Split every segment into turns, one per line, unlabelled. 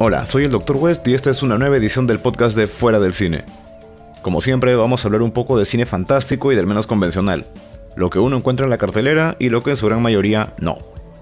Hola, soy el Dr. West y esta es una nueva edición del podcast de Fuera del Cine. Como siempre, vamos a hablar un poco de cine fantástico y del menos convencional, lo que uno encuentra en la cartelera y lo que en su gran mayoría no.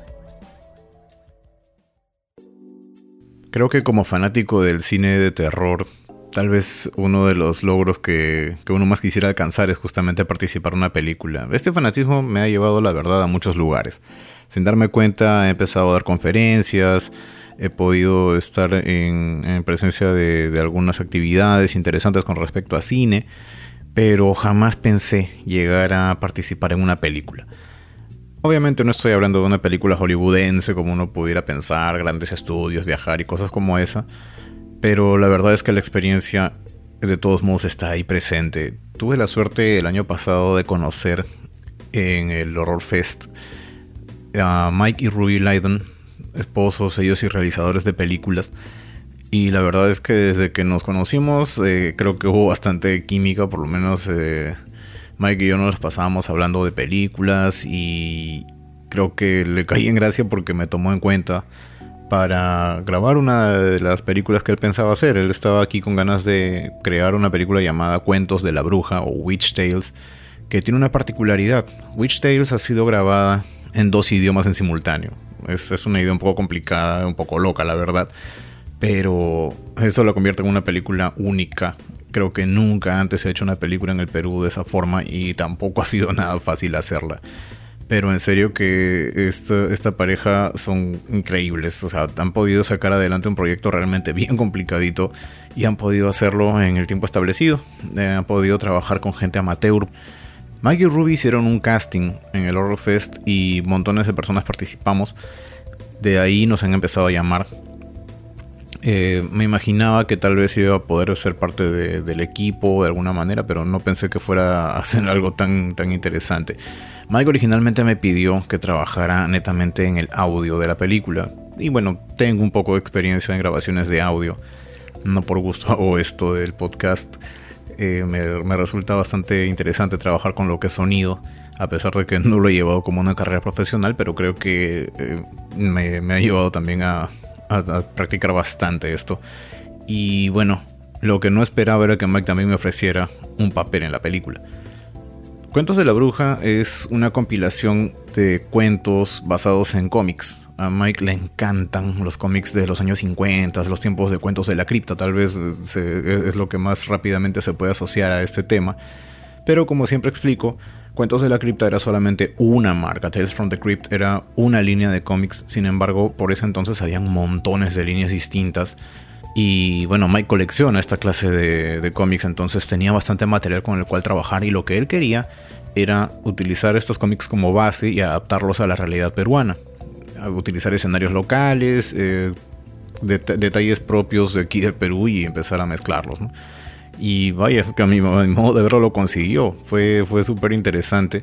Creo que como fanático del cine de terror, tal vez uno de los logros que uno más quisiera alcanzar es justamente participar en una película. Este fanatismo me ha llevado, la verdad, a muchos lugares. Sin darme cuenta, he empezado a dar conferencias, he podido estar en presencia de algunas actividades interesantes con respecto a cine, pero jamás pensé llegar a participar en una película. Obviamente no estoy hablando de una película hollywoodense como uno pudiera pensar, grandes estudios, viajar y cosas como esa, pero la verdad es que la experiencia de todos modos está ahí presente. Tuve la suerte el año pasado de conocer en el Horror Fest a Mike y Ruby Lydon, esposos ellos y realizadores de películas, y la verdad es que desde que nos conocimos creo que hubo bastante química. Por lo menos Mike y yo nos pasábamos hablando de películas y creo que le caí en gracia porque me tomó en cuenta para grabar una de las películas que él pensaba hacer. Él estaba aquí con ganas de crear una película llamada Cuentos de la Bruja o Witch Tales, que tiene una particularidad. Witch Tales ha sido grabada en 2 idiomas en simultáneo. Es una idea un poco complicada, un poco loca, la verdad, pero eso la convierte en una película única. Creo que nunca antes se ha hecho una película en el Perú de esa forma y tampoco ha sido nada fácil hacerla. Pero en serio que esta pareja son increíbles. O sea, han podido sacar adelante un proyecto realmente bien complicadito y han podido hacerlo en el tiempo establecido. Han podido trabajar con gente amateur. Mike y Ruby hicieron un casting en el Horror Fest y montones de personas participamos. De ahí nos han empezado a llamar. Me imaginaba que tal vez iba a poder ser parte del equipo de alguna manera, pero no pensé que fuera a hacer algo tan interesante. Mike originalmente me pidió que trabajara netamente en el audio de la película. Y bueno, tengo un poco de experiencia en grabaciones de audio. No por gusto hago esto del podcast. Me resulta bastante interesante trabajar con lo que es sonido, a pesar de que no lo he llevado como una carrera profesional, pero creo que me ha llevado también a practicar bastante esto. Y bueno, lo que no esperaba era que Mike también me ofreciera un papel en la película. Cuentos de la Bruja es una compilación de cuentos basados en cómics. A Mike le encantan los cómics de los años 50, los tiempos de Cuentos de la Cripta, tal vez es lo que más rápidamente se puede asociar a este tema. Pero como siempre explico, Cuentos de la Cripta era solamente una marca. Tales from the Crypt era una línea de cómics. Sin embargo, por ese entonces habían montones de líneas distintas. Y bueno, Mike colecciona esta clase de cómics, entonces tenía bastante material con el cual trabajar, y lo que él quería era utilizar estos cómics como base y adaptarlos a la realidad peruana. Utilizar escenarios locales, detalles propios de aquí de Perú y empezar a mezclarlos, ¿no? Y vaya, que a mi modo de verlo lo consiguió. Fue súper interesante.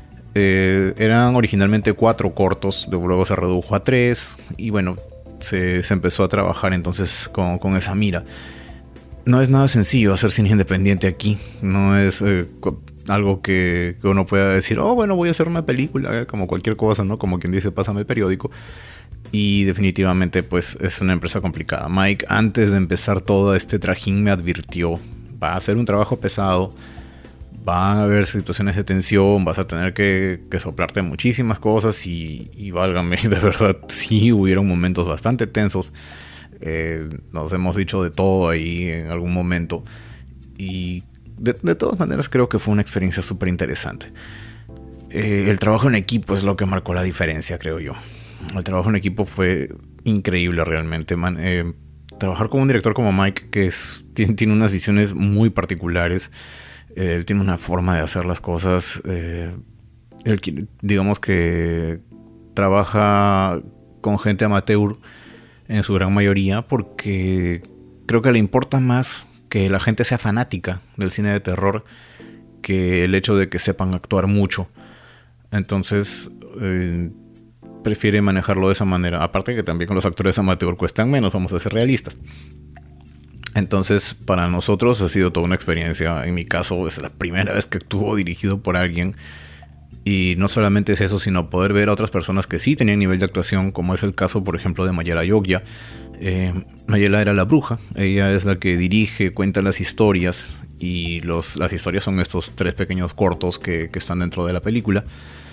Eran originalmente 4 cortos, luego se redujo a 3 y bueno, se empezó a trabajar entonces con esa mira. No es nada sencillo hacer cine independiente aquí. No es algo que uno pueda decir, oh bueno, voy a hacer una película, como cualquier cosa, ¿no? Como quien dice, pásame el periódico. Y definitivamente pues es una empresa complicada. Mike, antes de empezar todo este trajín, me advirtió: va a ser un trabajo pesado, van a haber situaciones de tensión, vas a tener que soplarte muchísimas cosas y válgame, de verdad sí hubieron momentos bastante tensos. Nos hemos dicho de todo ahí en algún momento y de todas maneras creo que fue una experiencia súper interesante. El trabajo en equipo es lo que marcó la diferencia, creo yo. El trabajo en equipo fue increíble realmente. Trabajar con un director como Mike, que tiene unas visiones muy particulares. Él tiene una forma de hacer las cosas. Él, digamos que trabaja con gente amateur en su gran mayoría, porque creo que le importa más que la gente sea fanática del cine de terror que el hecho de que sepan actuar mucho. Entonces prefiere manejarlo de esa manera. Aparte que también con los actores amateur cuestan menos, vamos a ser realistas. Entonces para nosotros ha sido toda una experiencia. En mi caso es la primera vez que actúo dirigido por alguien. Y no solamente es eso, sino poder ver a otras personas que sí tenían nivel de actuación, como es el caso, por ejemplo, de Mayara Yogya, Mayela era la bruja, ella es la que dirige, cuenta las historias, y las historias son estos 3 pequeños cortos que están dentro de la película.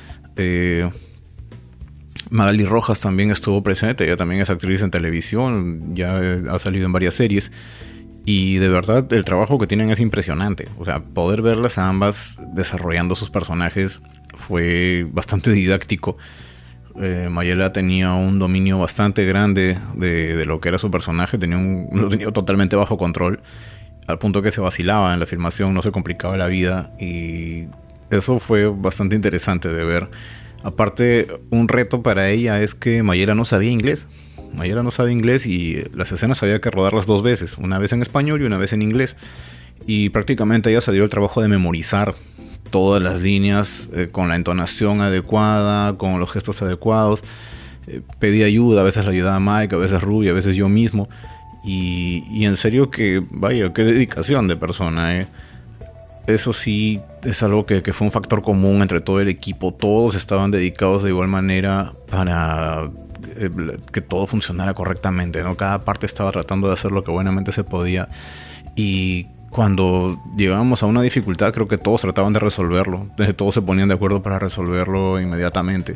Magali Rojas también estuvo presente, ella también es actriz en televisión, ya ha salido en varias series, y de verdad el trabajo que tienen es impresionante. O sea, poder verlas a ambas desarrollando sus personajes fue bastante didáctico. Mayela tenía un dominio bastante grande de lo que era su personaje, lo tenía totalmente bajo control, al punto que se vacilaba en la filmación, no se complicaba la vida, y eso fue bastante interesante de ver. Aparte, un reto para ella es que Mayela no sabía inglés. Mayela no sabe inglés y las escenas había que rodarlas 2 veces, una vez en español y una vez en inglés. Y prácticamente ella se dio el trabajo de memorizar todas las líneas con la entonación adecuada, con los gestos adecuados. Pedí ayuda, a veces le ayudaba Mike, a veces Ruby, a veces yo mismo. Y en serio que, vaya, qué dedicación de persona, Eso sí es algo que fue un factor común entre todo el equipo. Todos estaban dedicados de igual manera para que todo funcionara correctamente, ¿no? Cada parte estaba tratando de hacer lo que buenamente se podía. Y cuando llegábamos a una dificultad, creo que todos trataban de resolverlo. Todos se ponían de acuerdo para resolverlo inmediatamente.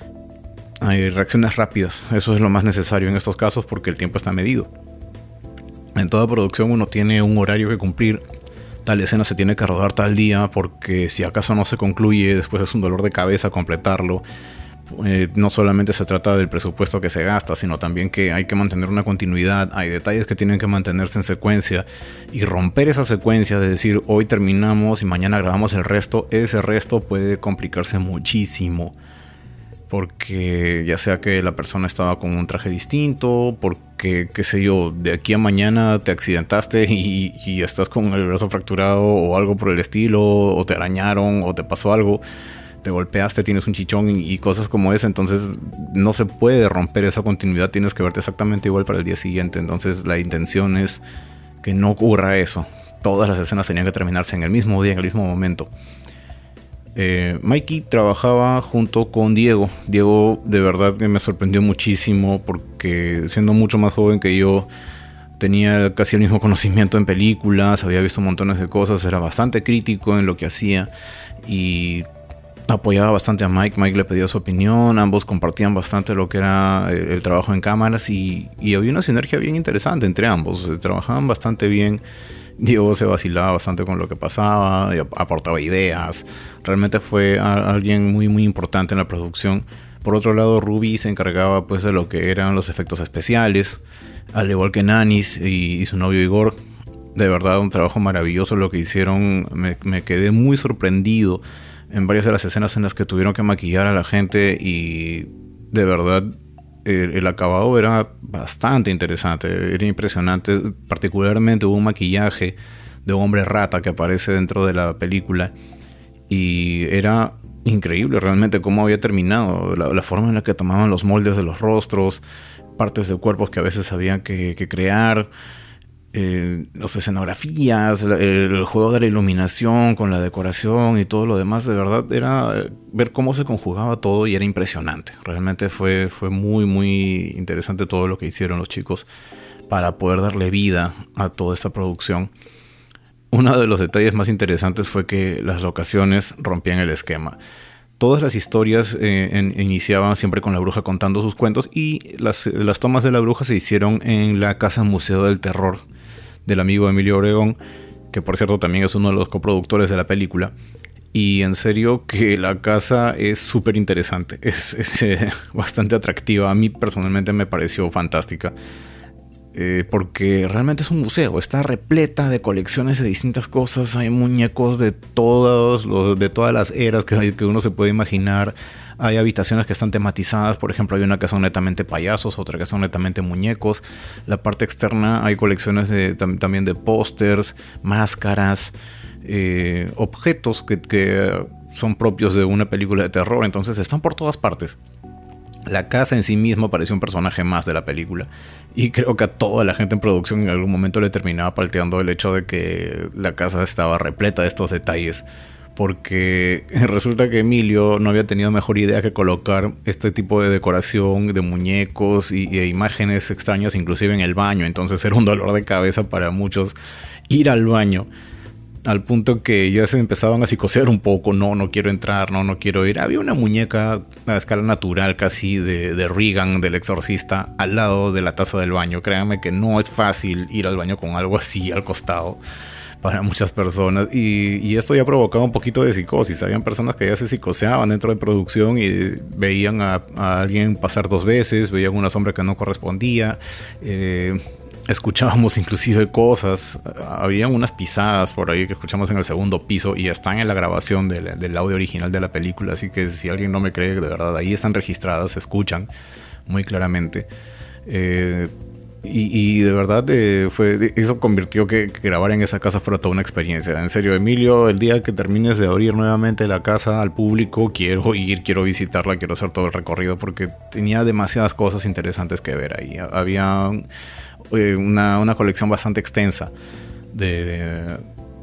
Hay reacciones rápidas. Eso es lo más necesario en estos casos porque el tiempo está medido. En toda producción uno tiene un horario que cumplir. Tal escena se tiene que rodar tal día porque si acaso no se concluye, después es un dolor de cabeza completarlo. No solamente se trata del presupuesto que se gasta, sino también que hay que mantener una continuidad. Hay detalles que tienen que mantenerse en secuencia, y romper esa secuencia de decir hoy terminamos y mañana grabamos el resto, ese resto puede complicarse muchísimo. Porque ya sea que la persona estaba con un traje distinto, porque, qué sé yo, de aquí a mañana te accidentaste y estás con el brazo fracturado o algo por el estilo, o te arañaron o te pasó algo, te golpeaste, tienes un chichón y cosas como esa. Entonces no se puede romper esa continuidad, tienes que verte exactamente igual para el día siguiente. Entonces la intención es que no ocurra eso. Todas las escenas tenían que terminarse en el mismo día, en el mismo momento. Mikey trabajaba junto con Diego. Diego de verdad que me sorprendió muchísimo porque siendo mucho más joven que yo tenía casi el mismo conocimiento en películas, había visto montones de cosas, era bastante crítico en lo que hacía y apoyaba bastante a Mike. Mike le pedía su opinión, ambos compartían bastante lo que era el trabajo en cámaras y había una sinergia bien interesante entre ambos, trabajaban bastante bien. Diego se vacilaba bastante con lo que pasaba, aportaba ideas. Realmente fue alguien muy muy importante en la producción. Por otro lado, Ruby se encargaba pues de lo que eran los efectos especiales, al igual que Nanis y su novio Igor. De verdad un trabajo maravilloso lo que hicieron. Me quedé muy sorprendido en varias de las escenas en las que tuvieron que maquillar a la gente, y de verdad el acabado era bastante interesante, era impresionante. Particularmente hubo un maquillaje de un hombre rata que aparece dentro de la película y era increíble realmente cómo había terminado, la forma en la que tomaban los moldes de los rostros, partes de cuerpos que a veces había que crear, las escenografías, el juego de la iluminación con la decoración y todo lo demás. De verdad era ver cómo se conjugaba todo y era impresionante. Realmente fue muy muy interesante todo lo que hicieron los chicos para poder darle vida a toda esta producción. Uno de los detalles más interesantes fue que las locaciones rompían el esquema. Todas las historias iniciaban siempre con la bruja contando sus cuentos, y las tomas de la bruja se hicieron en la Casa Museo del Terror del amigo Emilio Obregón, que por cierto también es uno de los coproductores de la película. Y en serio que la casa es súper interesante, es bastante atractiva. A mí personalmente me pareció fantástica. Porque realmente es un museo, está repleta de colecciones de distintas cosas. Hay muñecos de todas las eras que uno se puede imaginar. Hay habitaciones que están tematizadas, por ejemplo hay una que son netamente payasos, otra que son netamente muñecos. La parte externa hay colecciones también de pósters, máscaras, objetos que son propios de una película de terror. Entonces están por todas partes. La casa en sí misma parecía un personaje más de la película, y creo que a toda la gente en producción en algún momento le terminaba palteando el hecho de que la casa estaba repleta de estos detalles, porque resulta que Emilio no había tenido mejor idea que colocar este tipo de decoración de muñecos y de imágenes extrañas inclusive en el baño. Entonces era un dolor de cabeza para muchos ir al baño, al punto que ya se empezaban a psicosear un poco. No quiero entrar, no quiero ir. Había una muñeca a escala natural casi de Regan, del Exorcista, al lado de la taza del baño. Créanme que no es fácil ir al baño con algo así al costado para muchas personas, y esto ya provocaba un poquito de psicosis. Habían personas que ya se psicoseaban dentro de producción y veían a alguien pasar 2 veces, veían una sombra que no correspondía, escuchábamos inclusive cosas, habían unas pisadas por ahí que escuchamos en el segundo piso y están en la grabación del audio original de la película, así que si alguien no me cree, de verdad, ahí están registradas, se escuchan muy claramente. Y de verdad eso convirtió que grabar en esa casa fuera toda una experiencia. En serio, Emilio, el día que termines de abrir nuevamente la casa al público, quiero ir, quiero visitarla, quiero hacer todo el recorrido, porque tenía demasiadas cosas interesantes que ver ahí. Había una colección bastante extensa de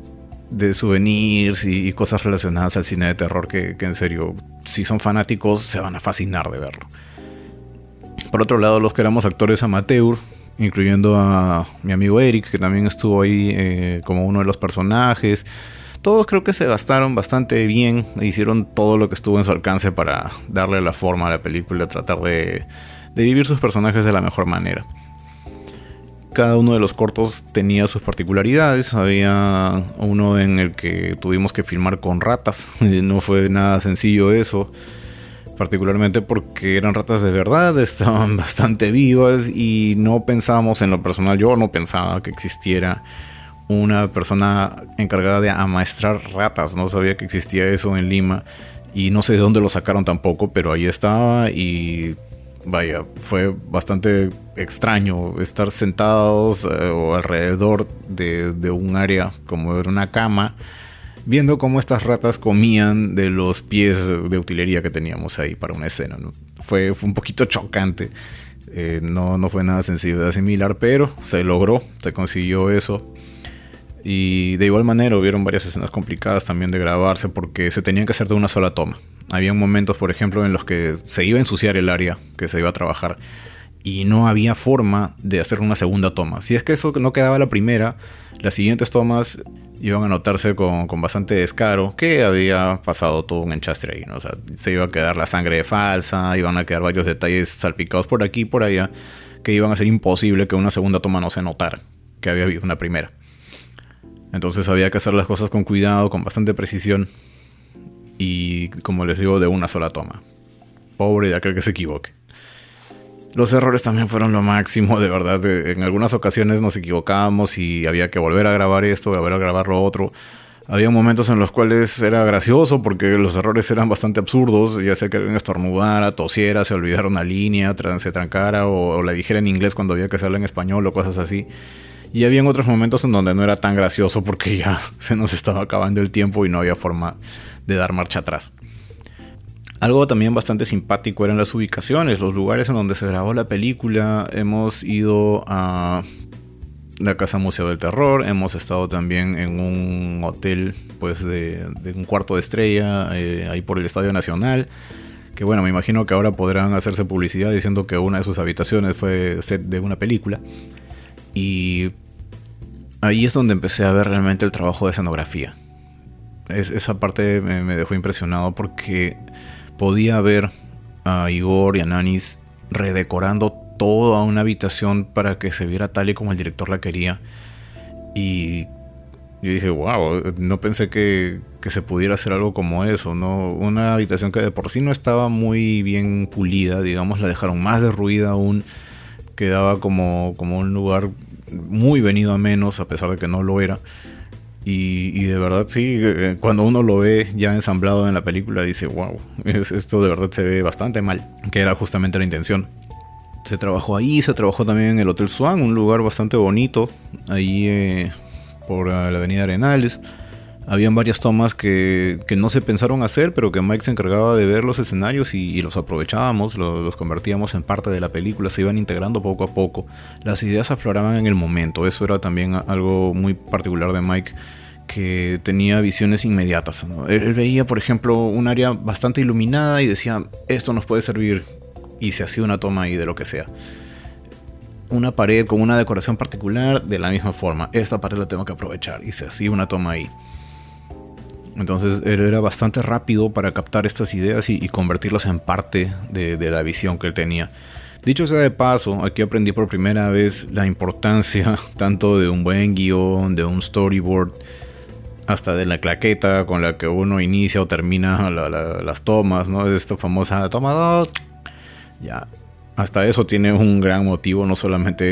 souvenirs y cosas relacionadas al cine de terror que en serio, si son fanáticos, se van a fascinar de verlo. Por otro lado, los que éramos actores amateur, incluyendo a mi amigo Eric, que también estuvo ahí como uno de los personajes, todos creo que se gastaron bastante bien, hicieron todo lo que estuvo en su alcance para darle la forma a la película, tratar de vivir sus personajes de la mejor manera. Cada uno de los cortos tenía sus particularidades. Había uno en el que tuvimos que filmar con ratas, no fue nada sencillo eso, particularmente porque eran ratas de verdad, estaban bastante vivas y no pensábamos, en lo personal yo no pensaba que existiera una persona encargada de amaestrar ratas, no sabía que existía eso en Lima y no sé de dónde lo sacaron tampoco, pero ahí estaba y vaya, fue bastante extraño estar sentados o alrededor de un área como era una cama, viendo cómo estas ratas comían de los pies de utilería que teníamos ahí para una escena, ¿no? Fue un poquito chocante. No fue nada sencillo de asimilar, pero se logró, se consiguió eso. Y de igual manera hubieron varias escenas complicadas también de grabarse porque se tenían que hacer de una sola toma. Había momentos, por ejemplo, en los que se iba a ensuciar el área que se iba a trabajar y no había forma de hacer una segunda toma. Si es que eso no quedaba la primera, las siguientes tomas iban a notarse con bastante descaro que había pasado todo un enchastre ahí, ¿no? O sea, se iba a quedar la sangre falsa, iban a quedar varios detalles salpicados por aquí y por allá que iban a hacer imposible que una segunda toma no se notara que había habido una primera. Entonces había que hacer las cosas con cuidado, con bastante precisión y, como les digo, de una sola toma. Pobre de aquel que se equivoque. Los errores también fueron lo máximo, de verdad. En algunas ocasiones nos equivocábamos y había que volver a grabar esto, volver a grabar lo otro. Había momentos en los cuales era gracioso porque los errores eran bastante absurdos, ya sea que alguien estornudara, tosiera, se olvidara una línea, se trancara o la dijera en inglés cuando había que hacerla en español o cosas así. Y habían otros momentos en donde no era tan gracioso porque ya se nos estaba acabando el tiempo y no había forma de dar marcha atrás. Algo también bastante simpático eran las ubicaciones, los lugares en donde se grabó la película. Hemos ido a la Casa Museo del Terror, hemos estado también en un hotel pues de un cuarto de estrella ahí por el Estadio Nacional, que bueno, me imagino que ahora podrán hacerse publicidad diciendo que una de sus habitaciones fue set de una película. Y ahí es donde empecé a ver realmente el trabajo de escenografía. Esa parte me dejó impresionado porque podía ver a Igor y a Nanis redecorando toda una habitación para que se viera tal y como el director la quería. Y yo dije, wow, no pensé que se pudiera hacer algo como eso, ¿no? Una habitación que de por sí no estaba muy bien pulida, digamos, la dejaron más derruida aún. Quedaba como un lugar muy venido a menos, a pesar de que no lo era. Y de verdad sí, cuando uno lo ve ya ensamblado en la película, dice, wow, esto de verdad se ve bastante mal, que era justamente la intención. Se trabajó ahí, se trabajó también en el Hotel Swan, un lugar bastante bonito, ahí por la avenida Arenales. Habían varias tomas que no se pensaron hacer, pero que Mike se encargaba de ver los escenarios y los aprovechábamos, los convertíamos en parte de la película, se iban integrando poco a poco. Las ideas afloraban en el momento, eso era también algo muy particular de Mike, que tenía visiones inmediatas, ¿no? Él veía, por ejemplo, un área bastante iluminada y decía, esto nos puede servir, y se hacía una toma ahí de lo que sea. Una pared con una decoración particular, de la misma forma, esta pared la tengo que aprovechar, y se hacía una toma ahí. Entonces él era bastante rápido para captar estas ideas y convertirlas en parte de la visión que él tenía. Dicho sea de paso, aquí aprendí por primera vez la importancia tanto de un buen guión, de un storyboard, hasta de la claqueta con la que uno inicia o termina las tomas, ¿no? Es esta famosa toma 2. Ya, hasta eso tiene un gran motivo, no solamente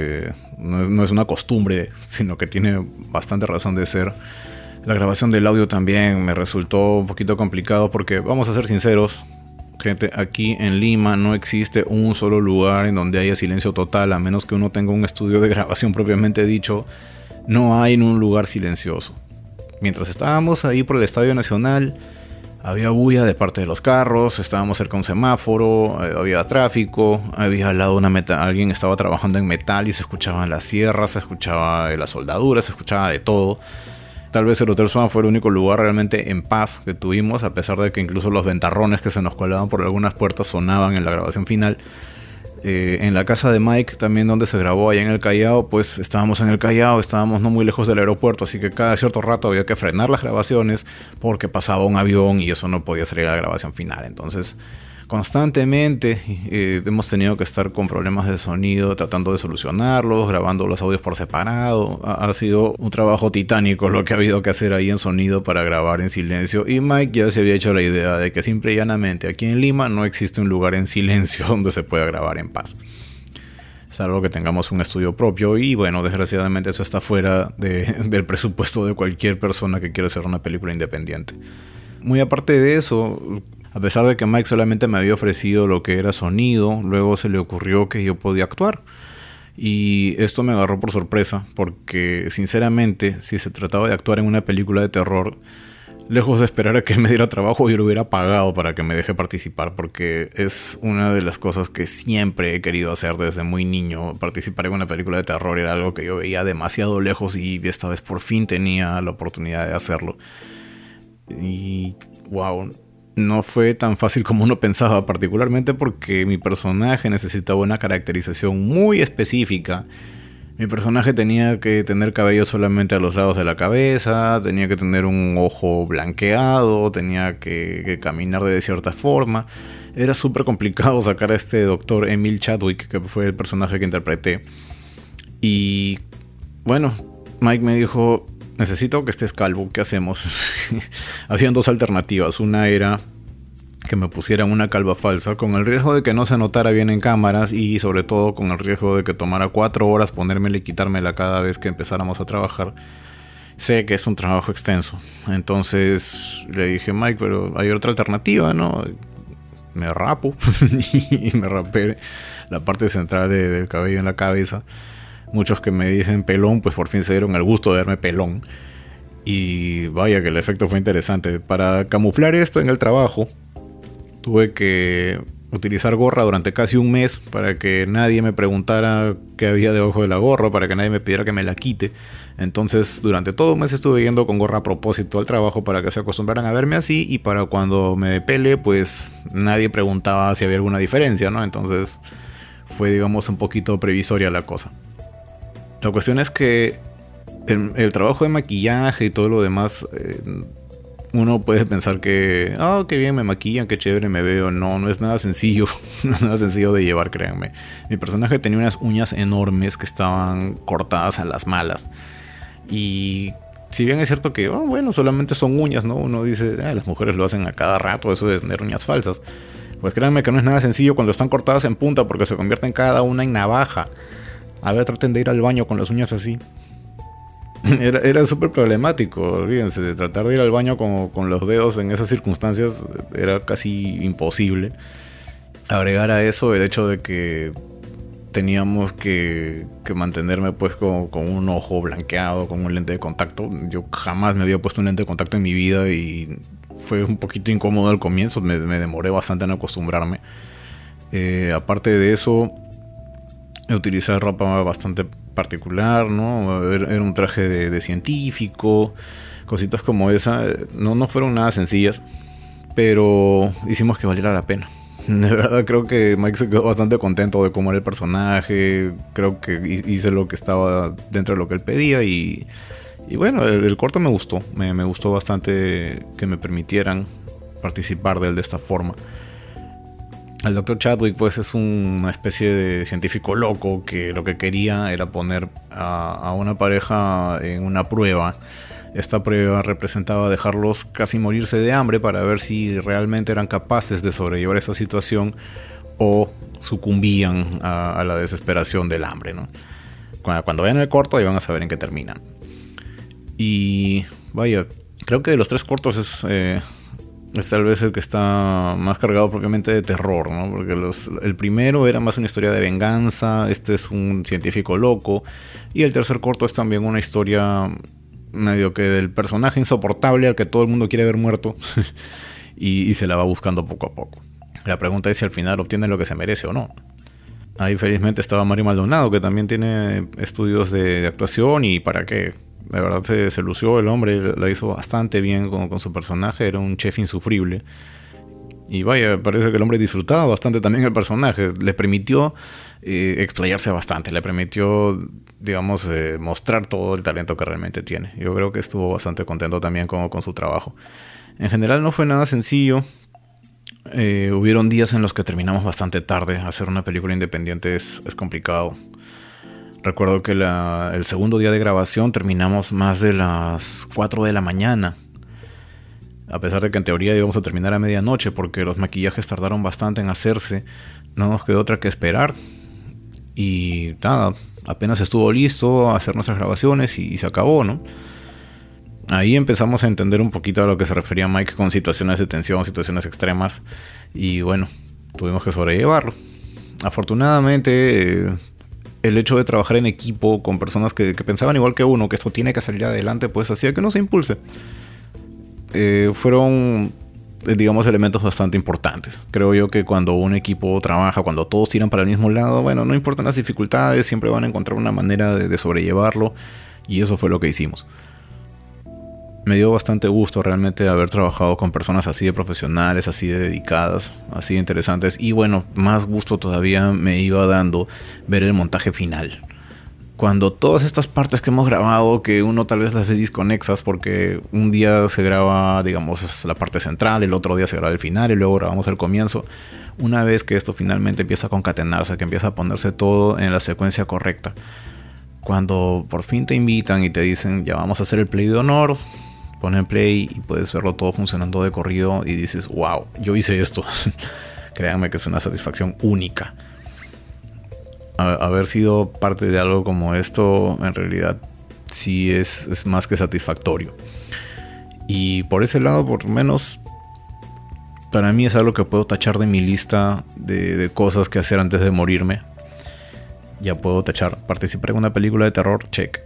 no es una costumbre, sino que tiene bastante razón de ser. La grabación del audio también me resultó un poquito complicado porque, vamos a ser sinceros, gente, aquí en Lima no existe un solo lugar en donde haya silencio total, a menos que uno tenga un estudio de grabación propiamente dicho. No hay en un lugar silencioso. Mientras estábamos ahí por el Estadio Nacional, había bulla de parte de los carros, estábamos cerca de un semáforo, había tráfico, había al lado alguien estaba trabajando en metal y se escuchaban las sierras, se escuchaba las soldaduras, se escuchaba de todo. Tal vez el Hotel Swan fue el único lugar realmente en paz que tuvimos, a pesar de que incluso los ventarrones que se nos colaban por algunas puertas sonaban en la grabación final. En la casa de Mike, también donde se grabó allá en el Callao, pues estábamos en el Callao, estábamos no muy lejos del aeropuerto, así que cada cierto rato había que frenar las grabaciones porque pasaba un avión y eso no podía salir a la grabación final. Entonces, constantemente hemos tenido que estar con problemas de sonido, tratando de solucionarlos, grabando los audios por separado. Ha sido un trabajo titánico lo que ha habido que hacer ahí en sonido para grabar en silencio, y Mike ya se había hecho la idea de que simple y llanamente aquí en Lima no existe un lugar en silencio donde se pueda grabar en paz, salvo que tengamos un estudio propio, y bueno, desgraciadamente eso está fuera del presupuesto de cualquier persona que quiera hacer una película independiente. Muy aparte de eso, a pesar de que Mike solamente me había ofrecido lo que era sonido, luego se le ocurrió que yo podía actuar. Y esto me agarró por sorpresa, porque sinceramente, si se trataba de actuar en una película de terror, lejos de esperar a que él me diera trabajo, yo lo hubiera pagado para que me deje participar, porque es una de las cosas que siempre he querido hacer desde muy niño. Participar en una película de terror era algo que yo veía demasiado lejos y esta vez por fin tenía la oportunidad de hacerlo. Y wow, no fue tan fácil como uno pensaba, particularmente porque mi personaje necesitaba una caracterización muy específica. Mi personaje tenía que tener cabello solamente a los lados de la cabeza, tenía que tener un ojo blanqueado, tenía que caminar de cierta forma. Era súper complicado sacar a este doctor Emil Chadwick, que fue el personaje que interpreté. Y bueno, Mike me dijo: necesito que estés calvo, ¿qué hacemos? Habían dos alternativas. Una era que me pusieran una calva falsa, con el riesgo de que no se notara bien en cámaras y sobre todo con el riesgo de que tomara 4 horas ponérmela y quitármela cada vez que empezáramos a trabajar. Sé que es un trabajo extenso. Entonces le dije: Mike, pero hay otra alternativa, ¿no? Me rapo y me rapé la parte central del cabello en la cabeza. Muchos que me dicen pelón, pues por fin se dieron el gusto de verme pelón. Y vaya que el efecto fue interesante. Para camuflar esto en el trabajo, tuve que utilizar gorra durante casi un mes para que nadie me preguntara qué había debajo de la gorra, para que nadie me pidiera que me la quite. Entonces durante todo un mes estuve yendo con gorra a propósito al trabajo para que se acostumbraran a verme así, y para cuando me pele pues nadie preguntaba si había alguna diferencia, ¿no? Entonces fue, digamos, un poquito previsoria la cosa. La cuestión es que el trabajo de maquillaje y todo lo demás, uno puede pensar que, qué bien me maquillan, qué chévere me veo. No es nada sencillo. No es nada sencillo de llevar, créanme. Mi personaje tenía unas uñas enormes que estaban cortadas a las malas. Y si bien es cierto que, bueno, solamente son uñas, ¿no? Uno dice, las mujeres lo hacen a cada rato, eso de tener uñas falsas. Pues créanme que no es nada sencillo cuando están cortadas en punta, porque se convierten cada una en navaja. A ver, traten de ir al baño con las uñas así. Era súper problemático, olvídense, de tratar de ir al baño con los dedos en esas circunstancias era casi imposible. Agregar a eso el hecho de que teníamos que mantenerme pues con un ojo blanqueado, con un lente de contacto. Yo jamás me había puesto un lente de contacto en mi vida y fue un poquito incómodo al comienzo, me demoré bastante en acostumbrarme. Aparte de eso, Utilizar ropa bastante particular, ¿no? Era un traje de científico, cositas como esa. No fueron nada sencillas, pero hicimos que valiera la pena. De verdad creo que Mike se quedó bastante contento de cómo era el personaje. Creo que hice lo que estaba dentro de lo que él pedía y bueno, el corto me gustó. Me gustó bastante que me permitieran participar de él de esta forma. El Dr. Chadwick pues es una especie de científico loco que lo que quería era poner a una pareja en una prueba. Esta prueba representaba dejarlos casi morirse de hambre para ver si realmente eran capaces de sobrellevar esa situación o sucumbían a la desesperación del hambre, ¿no? Cuando vean el corto ahí van a saber en qué terminan. Y vaya, creo que de los tres cortos es tal vez el que está más cargado propiamente de terror, ¿no? Porque el primero era más una historia de venganza, este es un científico loco, y el tercer corto es también una historia medio que del personaje insoportable al que todo el mundo quiere ver muerto y se la va buscando poco a poco. La pregunta es si al final obtiene lo que se merece o no. Ahí felizmente estaba Mario Maldonado, que también tiene estudios de actuación y para qué. De verdad se lució el hombre, la hizo bastante bien con su personaje, era un chef insufrible. Y vaya, parece que el hombre disfrutaba bastante también el personaje, le permitió explayarse bastante, le permitió, digamos, mostrar todo el talento que realmente tiene. Yo creo que estuvo bastante contento también con su trabajo. En general no fue nada sencillo. Hubieron días en los que terminamos bastante tarde. Hacer una película independiente es complicado. Recuerdo que el segundo día de grabación terminamos más de las 4 de la mañana. A pesar de que en teoría íbamos a terminar a medianoche porque los maquillajes tardaron bastante en hacerse. No nos quedó otra que esperar. Y nada, apenas estuvo listo a hacer nuestras grabaciones y se acabó, ¿no? Ahí empezamos a entender un poquito a lo que se refería Mike con situaciones de tensión, situaciones extremas. Y bueno, tuvimos que sobrellevarlo. Afortunadamente, el hecho de trabajar en equipo con personas que pensaban igual que uno, que esto tiene que salir adelante, pues hacía que no se impulse. Fueron, digamos, elementos bastante importantes. Creo yo que cuando un equipo trabaja, cuando todos tiran para el mismo lado, bueno, no importan las dificultades, siempre van a encontrar una manera de sobrellevarlo. Y eso fue lo que hicimos. Me dio bastante gusto realmente haber trabajado con personas así de profesionales, así de dedicadas, así de interesantes. Y bueno, más gusto todavía me iba dando ver el montaje final. Cuando todas estas partes que hemos grabado, que uno tal vez las ve desconexas porque un día se graba, digamos, es la parte central, el otro día se graba el final y luego grabamos el comienzo. Una vez que esto finalmente empieza a concatenarse, que empieza a ponerse todo en la secuencia correcta. Cuando por fin te invitan y te dicen, ya vamos a hacer el play de honor, ponen play y puedes verlo todo funcionando de corrido y dices, wow, yo hice esto. Créanme que es una satisfacción única. Haber sido parte de algo como esto en realidad sí es más que satisfactorio. Y por ese lado, por lo menos, para mí es algo que puedo tachar de mi lista de cosas que hacer antes de morirme. Ya puedo tachar, participar en una película de terror, check.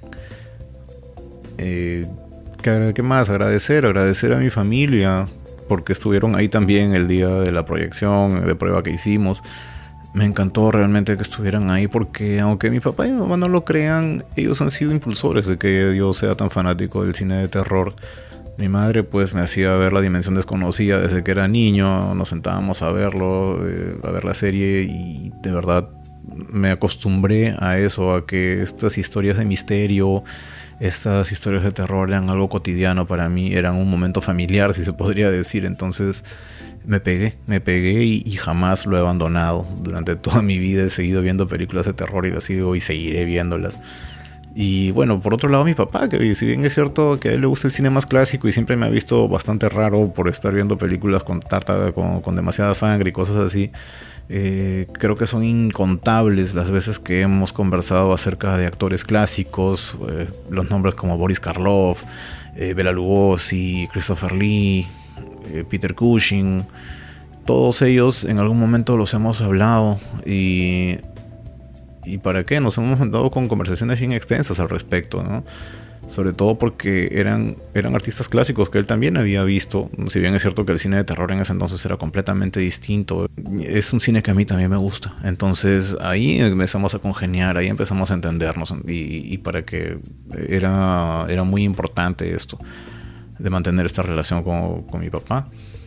¿Qué más? Agradecer a mi familia porque estuvieron ahí también el día de la proyección, de prueba que hicimos. Me encantó realmente que estuvieran ahí porque aunque mi papá y mi mamá no lo crean, ellos han sido impulsores de que yo sea tan fanático del cine de terror. Mi madre pues me hacía ver La Dimensión Desconocida desde que era niño, nos sentábamos a verlo, a ver la serie y de verdad me acostumbré a eso, a que estas historias de misterio, estas historias de terror eran algo cotidiano para mí, eran un momento familiar, si se podría decir. Entonces me pegué y jamás lo he abandonado. Durante toda mi vida he seguido viendo películas de terror y las sigo y seguiré viéndolas. Y bueno, por otro lado mi papá, que si bien es cierto que a él le gusta el cine más clásico y siempre me ha visto bastante raro por estar viendo películas con demasiada sangre y cosas así, creo que son incontables las veces que hemos conversado acerca de actores clásicos, los nombres como Boris Karloff, Bela Lugosi, Christopher Lee, Peter Cushing. Todos ellos en algún momento los hemos hablado y para qué, nos hemos mandado con conversaciones bien extensas al respecto, ¿no? Sobre todo porque eran artistas clásicos que él también había visto. Si bien es cierto que el cine de terror en ese entonces era completamente distinto, es un cine que a mí también me gusta. Entonces ahí empezamos a congeniar, ahí empezamos a entendernos. Y para que era muy importante esto, de mantener esta relación con mi papá.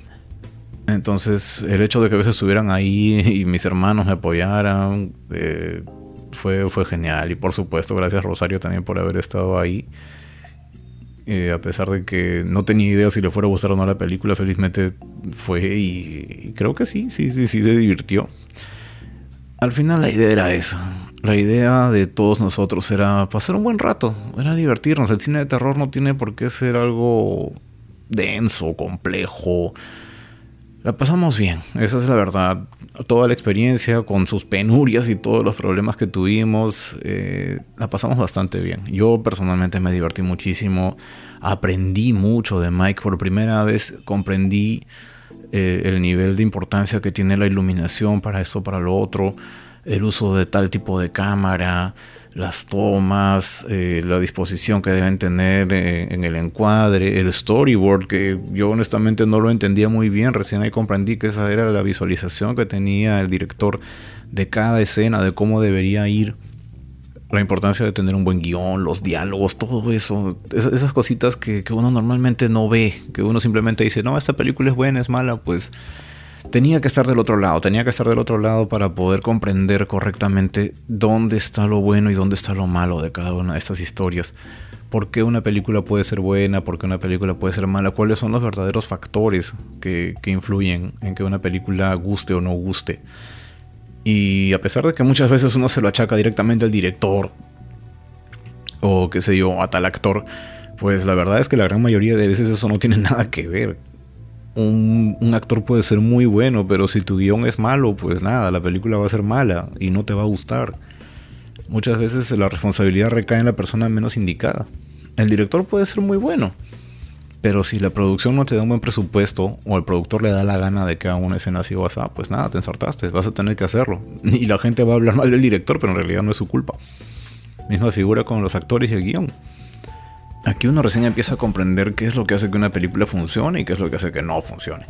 Entonces el hecho de que a veces estuvieran ahí y mis hermanos me apoyaran, fue genial. Y por supuesto, gracias Rosario también por haber estado ahí. A pesar de que no tenía idea si le fuera a gustar o no la película, felizmente fue y creo que sí se divirtió. Al final la idea era esa. La idea de todos nosotros era pasar un buen rato, era divertirnos. El cine de terror no tiene por qué ser algo denso, complejo. La pasamos bien, esa es la verdad. Toda la experiencia con sus penurias y todos los problemas que tuvimos, la pasamos bastante bien. Yo personalmente me divertí muchísimo, aprendí mucho de Mike. Por primera vez comprendí el nivel de importancia que tiene la iluminación para esto, para lo otro, el uso de tal tipo de cámara, las tomas, la disposición que deben tener en el encuadre, el storyboard, que yo honestamente no lo entendía muy bien. Recién ahí comprendí que esa era la visualización que tenía el director de cada escena, de cómo debería ir. La importancia de tener un buen guión, los diálogos, todo eso, esas cositas que uno normalmente no ve, que uno simplemente dice, no, esta película es buena, es mala. Pues tenía que estar del otro lado para poder comprender correctamente dónde está lo bueno y dónde está lo malo de cada una de estas historias. ¿Por qué una película puede ser buena? ¿Por qué una película puede ser mala? ¿Cuáles son los verdaderos factores que influyen en que una película guste o no guste? Y a pesar de que muchas veces uno se lo achaca directamente al director o qué sé yo, a tal actor, pues la verdad es que la gran mayoría de veces eso no tiene nada que ver. Un actor puede ser muy bueno, pero si tu guión es malo, pues nada, la película va a ser mala y no te va a gustar. Muchas veces la responsabilidad recae en la persona menos indicada. El director puede ser muy bueno, pero si la producción no te da un buen presupuesto o el productor le da la gana de que haga una escena así o así, pues nada, te ensartaste, vas a tener que hacerlo. Y la gente va a hablar mal del director, pero en realidad no es su culpa. Misma figura con los actores y el guión. Aquí uno recién empieza a comprender qué es lo que hace que una película funcione y qué es lo que hace que no funcione.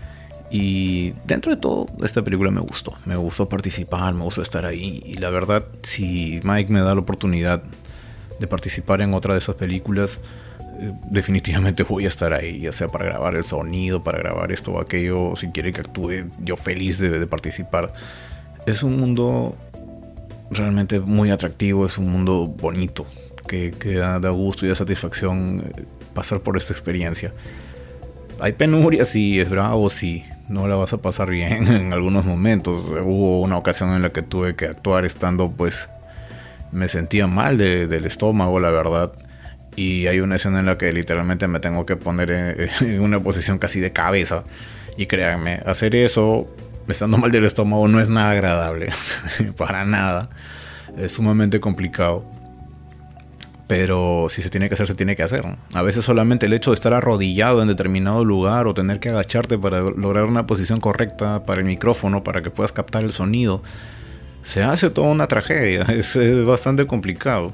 Y dentro de todo, esta película me gustó participar, me gustó estar ahí. Y la verdad, si Mike me da la oportunidad de participar en otra de esas películas, definitivamente voy a estar ahí, ya sea para grabar el sonido, para grabar esto o aquello. Si quiere que actúe, yo feliz de participar. Es un mundo realmente muy atractivo, es un mundo bonito, que da gusto y da satisfacción pasar por esta experiencia. Hay penurias y es bravo, sí, no la vas a pasar bien en algunos momentos. Hubo una ocasión en la que tuve que actuar estando, pues, me sentía mal del estómago, la verdad. Y hay una escena en la que literalmente me tengo que poner en una posición casi de cabeza. Y créanme, hacer eso estando mal del estómago no es nada agradable, para nada. Es sumamente complicado. Pero si se tiene que hacer, se tiene que hacer. A veces solamente el hecho de estar arrodillado en determinado lugar o tener que agacharte para lograr una posición correcta para el micrófono, para que puedas captar el sonido, se hace toda una tragedia. Es bastante complicado.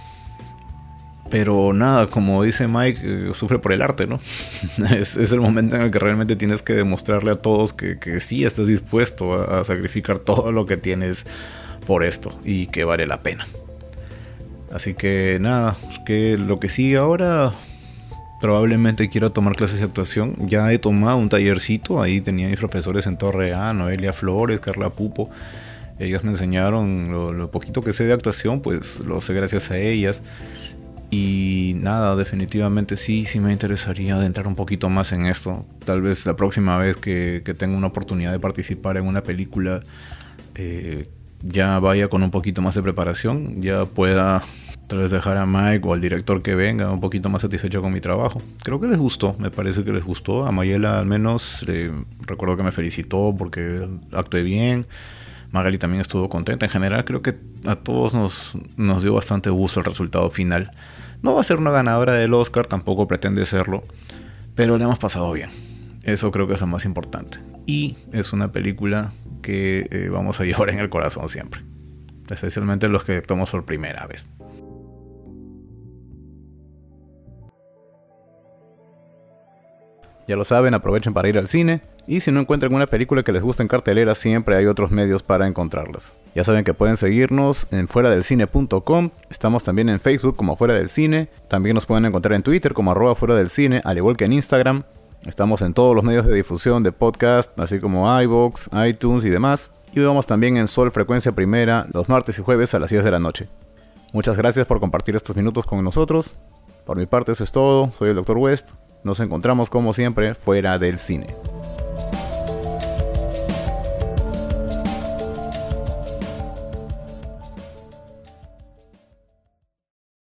Pero nada, como dice Mike, sufre por el arte, ¿no? es el momento en el que realmente tienes que demostrarle a todos que sí estás dispuesto a sacrificar todo lo que tienes por esto y que vale la pena. Así que nada, que lo que sigue ahora, probablemente quiero tomar clases de actuación. Ya he tomado un tallercito, ahí tenía mis profesores en Torre A, Noelia Flores, Carla Pupo. Ellas me enseñaron lo poquito que sé de actuación, pues lo sé gracias a ellas. Y nada, definitivamente sí me interesaría adentrar un poquito más en esto. Tal vez la próxima vez que tenga una oportunidad de participar en una película, ya vaya con un poquito más de preparación, ya pueda tal vez dejar a Mike o al director que venga un poquito más satisfecho con mi trabajo. Creo que les gustó, me parece que les gustó. A Mayela al menos recuerdo que me felicitó porque actué bien. Magali también estuvo contenta. En general creo que a todos nos dio bastante gusto el resultado final. No va a ser una ganadora del Oscar, tampoco pretende serlo, pero le hemos pasado bien. Eso creo que es lo más importante. Y es una película que vamos a llevar en el corazón siempre, especialmente los que actuamos por primera vez. Ya lo saben, aprovechen para ir al cine. Y si no encuentran una película que les guste en cartelera, siempre hay otros medios para encontrarlas. Ya saben que pueden seguirnos en fueradelcine.com. Estamos también en Facebook como Fuera del Cine. También nos pueden encontrar en Twitter como @fueradelcine, al igual que en Instagram. Estamos en todos los medios de difusión de podcast, así como iVoox, iTunes y demás. Y vamos también en Sol Frecuencia Primera los martes y jueves a las 10 de la noche. Muchas gracias por compartir estos minutos con nosotros. Por mi parte eso es todo. Soy el Dr. West. Nos encontramos como siempre fuera del cine.